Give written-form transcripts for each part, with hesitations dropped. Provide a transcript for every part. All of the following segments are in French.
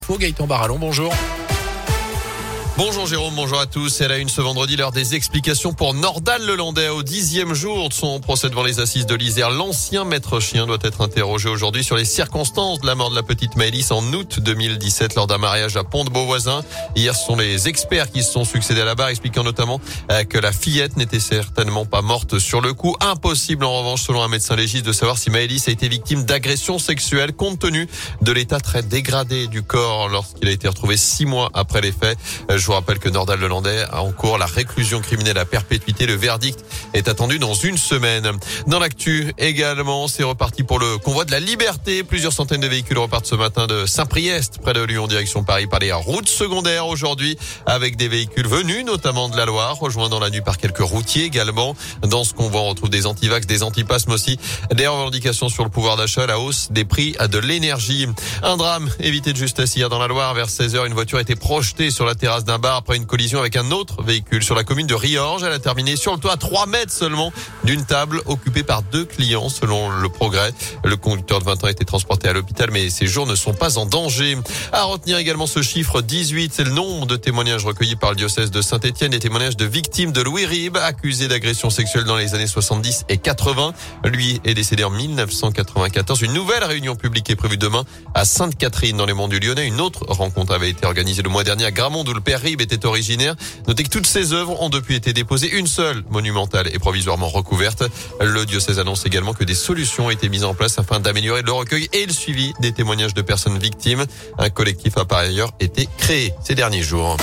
Gaëtan Barallon, bonjour. Bonjour Jérôme, bonjour à tous. Elle a une ce vendredi l'heure des explications pour Nordal-Lelandais au 10e jour de son procès devant les assises de l'Isère. L'ancien maître chien doit être interrogé aujourd'hui sur les circonstances de la mort de la petite Maëlys en août 2017 lors d'un mariage à Pont-de-Beauvoisin. Hier, ce sont les experts qui se sont succédés à la barre, expliquant notamment que la fillette n'était certainement pas morte sur le coup. Impossible en revanche, selon un médecin légiste, de savoir si Maëlys a été victime d'agression sexuelle compte tenu de l'état très dégradé du corps lorsqu'il a été retrouvé 6 mois après les faits. Je vous rappelle que Nordal-Lelandais a en cours la réclusion criminelle à perpétuité. Le verdict est attendu dans une semaine. Dans l'actu également, c'est reparti pour le convoi de la liberté. Plusieurs centaines de véhicules repartent ce matin de Saint-Priest, près de Lyon, direction Paris, par les routes secondaires aujourd'hui, avec des véhicules venus notamment de la Loire, rejoints dans la nuit par quelques routiers également. Dans ce convoi, on retrouve des antivax, des antipasmes mais aussi des revendications sur le pouvoir d'achat, la hausse des prix de l'énergie. Un drame évité de justesse hier dans la Loire. Vers 16h, une voiture a été projetée sur la terrasse d'un bar après une collision avec un autre véhicule sur la commune de Riorges. Elle a terminé sur le toit à 3 mètres seulement d'une table occupée par 2 clients selon le Progrès. Le conducteur de 20 ans a été transporté à l'hôpital mais ses jours ne sont pas en danger. À retenir également ce chiffre 18, c'est le nombre de témoignages recueillis par le diocèse de Saint-Étienne, des témoignages de victimes de Louis Ribes, accusé d'agression sexuelle dans les années 70 et 80. Lui est décédé en 1994. Une nouvelle réunion publique est prévue demain à Sainte-Catherine dans les Monts du Lyonnais. Une autre rencontre avait été organisée le mois dernier à Grammont où le père Ribes était originaire. Notez que toutes ces œuvres ont depuis été déposées. Une seule, monumentale, est provisoirement recouverte. Le diocèse annonce également que des solutions ont été mises en place afin d'améliorer le recueil et le suivi des témoignages de personnes victimes. Un collectif a par ailleurs été créé ces derniers jours.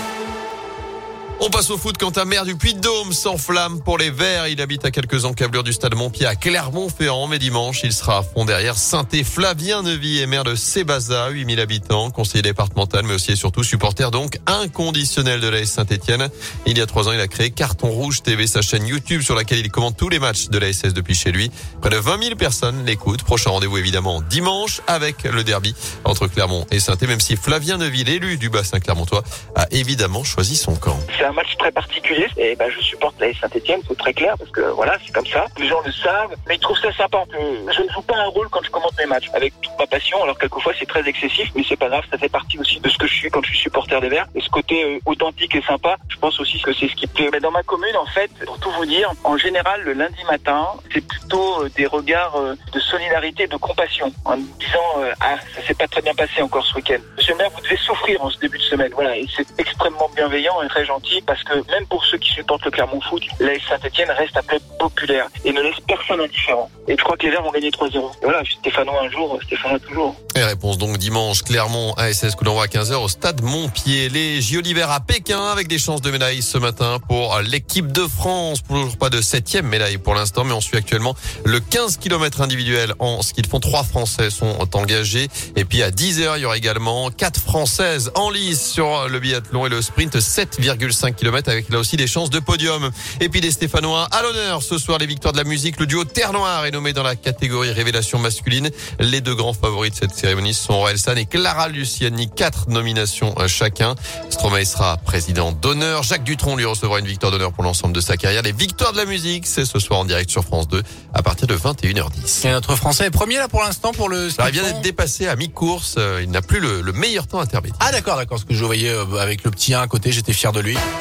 On passe au foot quand un maire du Puy-de-Dôme s'enflamme pour les Verts. Il habite à quelques encablures du stade Montpied à Clermont-Ferrand. Mais dimanche, il sera à fond derrière Saint-Et. Flavien Neuvy est maire de Sébaza, 8000 habitants, conseiller départemental, mais aussi et surtout supporter donc inconditionnel de l'AS Saint-Étienne. Il y a 3 ans, il a créé Carton Rouge TV, sa chaîne YouTube sur laquelle il commente tous les matchs de l'ASS depuis chez lui. Près de 20 000 personnes l'écoutent. Prochain rendez-vous évidemment dimanche avec le derby entre Clermont et Saint-Et, même si Flavien Neuvy, l'élu du bassin clermontois, a évidemment choisi son camp. C'est un match très particulier et je supporte l'AS Saint-Étienne, c'est très clair parce que voilà, c'est comme ça. Les gens le savent, mais ils trouvent ça sympa. Je ne joue pas un rôle quand je commente mes matchs avec toute ma passion, alors quelquefois c'est très excessif, mais c'est pas grave, ça fait partie aussi de ce que je suis quand je suis supporter des Verts. Et ce côté authentique et sympa, je pense aussi que c'est ce qui plaît. Mais dans ma commune, en fait, pour tout vous dire, en général, le lundi matin, c'est plutôt des regards de solidarité, de compassion, en disant ça s'est pas très bien passé encore ce week-end. Monsieur le maire, vous devez souffrir en ce début de semaine. Voilà, et c'est extrêmement bienveillant et très gentil parce que même pour ceux qui supportent le Clermont Foot, l'AS Saint-Étienne reste appelé populaire et ne laisse personne indifférent. Et je crois que les Verts vont gagner 3-0. Et voilà, Stéphanois un jour, Stéphanois toujours. Et réponse donc dimanche, Clermont ASS coup d'envoi à 15h au stade Montpied. Les JO d'hiver à Pékin avec des chances de médailles ce matin pour l'équipe de France. Toujours pas de 7e médaille pour l'instant, mais on suit actuellement le 15 km individuel en ski de fond. 3 Français sont engagés. Et puis à 10h, il y aura également 4 Françaises en lice sur le biathlon et le sprint 7,5 km avec là aussi des chances de podium. Et puis des Stéphanois à l'honneur ce soir, les victoires de la musique. Le duo Terre Noire est nommé dans la catégorie révélation masculine. Les 2 grands favoris de cette cérémonie sont Orelsan et Clara Luciani. 4 nominations chacun. Stromae sera président d'honneur. Jacques Dutronc lui recevra une victoire d'honneur pour l'ensemble de sa carrière. Les victoires de la musique, c'est ce soir en direct sur France 2 à partir de 21h10. Et notre Français est premier là pour l'instant pour le ski. Il vient d'être dépassé à mi-course. Il n'a plus le meilleur temps intermédiaire. Ah d'accord, parce que je le voyais avec le petit 1 à côté, j'étais fier de lui.